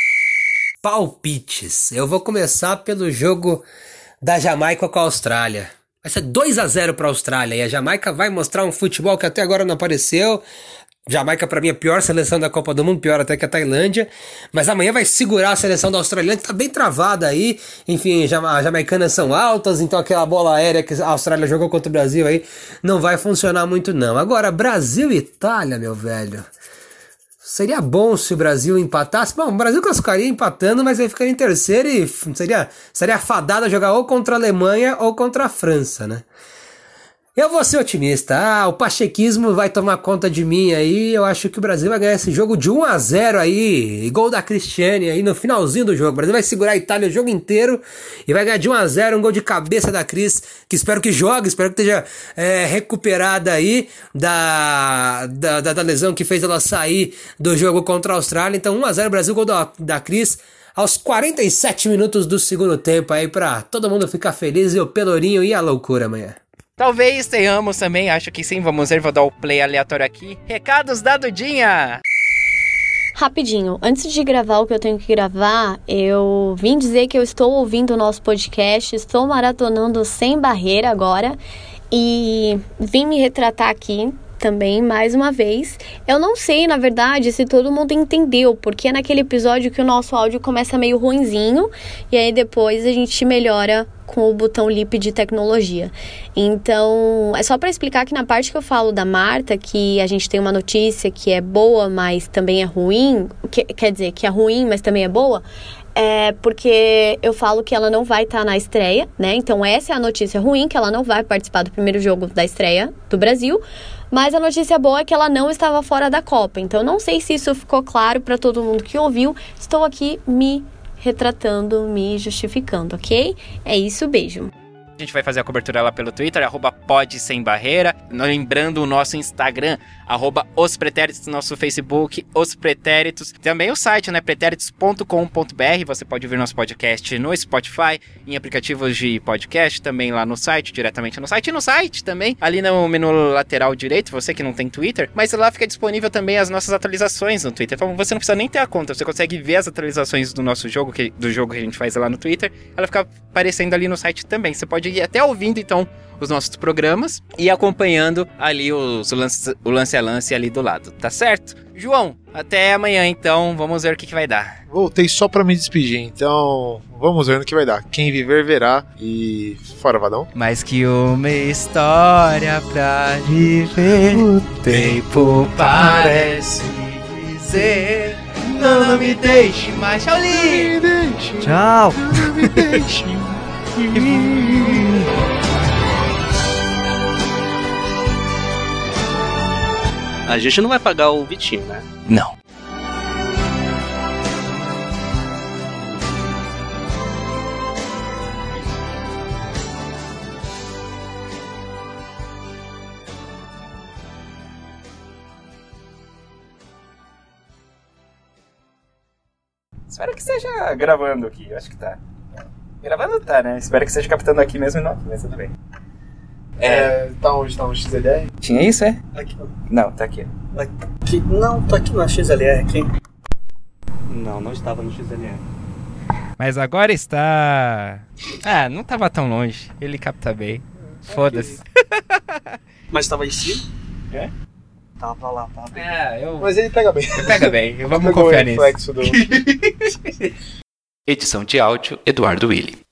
Palpites. Eu vou começar pelo jogo da Jamaica com a Austrália. Vai ser dois a zero pra Austrália. E a Jamaica vai mostrar um futebol que até agora não apareceu. Jamaica pra mim é a pior seleção da Copa do Mundo, pior até que a Tailândia, mas amanhã vai segurar a seleção da Austrália, que tá bem travada aí, enfim, as jamaicanas são altas, então aquela bola aérea que a Austrália jogou contra o Brasil aí não vai funcionar muito não. Agora, Brasil e Itália, meu velho, seria bom se o Brasil empatasse. Bom, o Brasil classificaria empatando, mas aí ficaria em terceiro e seria, seria fadado a jogar ou contra a Alemanha ou contra a França, né? Eu vou ser otimista. Ah, o pachequismo vai tomar conta de mim aí. Eu acho que o Brasil vai ganhar esse jogo de um a zero aí. Gol da Cristiane aí no finalzinho do jogo. O Brasil vai segurar a Itália o jogo inteiro e vai ganhar de um a zero. Um gol de cabeça da Cris, que espero que jogue, espero que esteja é, recuperada aí da, da, da, da lesão que fez ela sair do jogo contra a Austrália. Então um a zero Brasil, gol da, da Cris. Aos quarenta e sete minutos do segundo tempo aí pra todo mundo ficar feliz e o Pelourinho e a loucura amanhã. Talvez tenhamos também, acho que sim, vamos ver, vou dar o play aleatório aqui. Recados da Dudinha! Rapidinho, antes de gravar o que eu tenho que gravar, eu vim dizer que eu estou ouvindo o nosso podcast, estou maratonando Sem Barreira agora e vim me retratar aqui também, mais uma vez. Eu não sei, na verdade, se todo mundo entendeu, porque é naquele episódio que o nosso áudio começa meio ruinzinho e aí depois a gente melhora com o botão Lip de tecnologia. Então, é só para explicar que na parte que eu falo da Marta, que a gente tem uma notícia que é boa, mas também é ruim, que, quer dizer, que é ruim, mas também é boa, é porque eu falo que ela não vai estar tá na estreia, né? Então, essa é a notícia ruim, que ela não vai participar do primeiro jogo da estreia do Brasil. Mas a notícia boa é que ela não estava fora da Copa. Então, não sei se isso ficou claro para todo mundo que ouviu. Estou aqui me retratando, me justificando, ok? É isso, beijo. gente vai fazer a cobertura lá pelo Twitter, arroba pod sem barreira. Lembrando o nosso Instagram, arroba os pretéritos, nosso Facebook, os pretéritos. Também o site, né, pretéritos ponto com ponto b r. Você pode ouvir nosso podcast no Spotify, em aplicativos de podcast, também lá no site, diretamente no site. E no site também, ali no menu lateral direito, você que não tem Twitter, mas lá fica disponível também as nossas atualizações no Twitter. Então você não precisa nem ter a conta, você consegue ver as atualizações do nosso jogo, que, do jogo que a gente faz lá no Twitter. Ela fica aparecendo ali no site também. Você pode ir até ouvindo, então, os nossos programas e acompanhando ali os lance, o lance a lance ali do lado, tá certo? João, até amanhã, então. Vamos ver o que, que vai dar. Voltei só pra me despedir, então vamos ver no que vai dar. Quem viver, verá. E fora, Vadão. Mais que uma história pra viver, o tempo parece dizer: não, não me deixe mais, tchau, Li. Tchau. Não me deixe. A gente não vai pagar o Vitinho, né? Não. Espero que esteja gravando aqui, eu acho que tá. Gravando tá, né? Espero que esteja captando aqui mesmo e não aqui, mas tudo bem. É, tá onde? Tá no X L R? Tinha isso, é? Aqui não. Não, tá aqui. Aqui, não, tô aqui na X L R aqui. Não, não estava no X L R. Mas agora está... Ah, não tava tão longe. Ele capta bem. Foda-se. Mas estava em cima? É? Tava pra lá, tava bem. É, eu... Mas ele pega bem. Pega bem, vamos Pegou confiar o nisso. reflexo do... Edição de áudio, Eduardo Willi.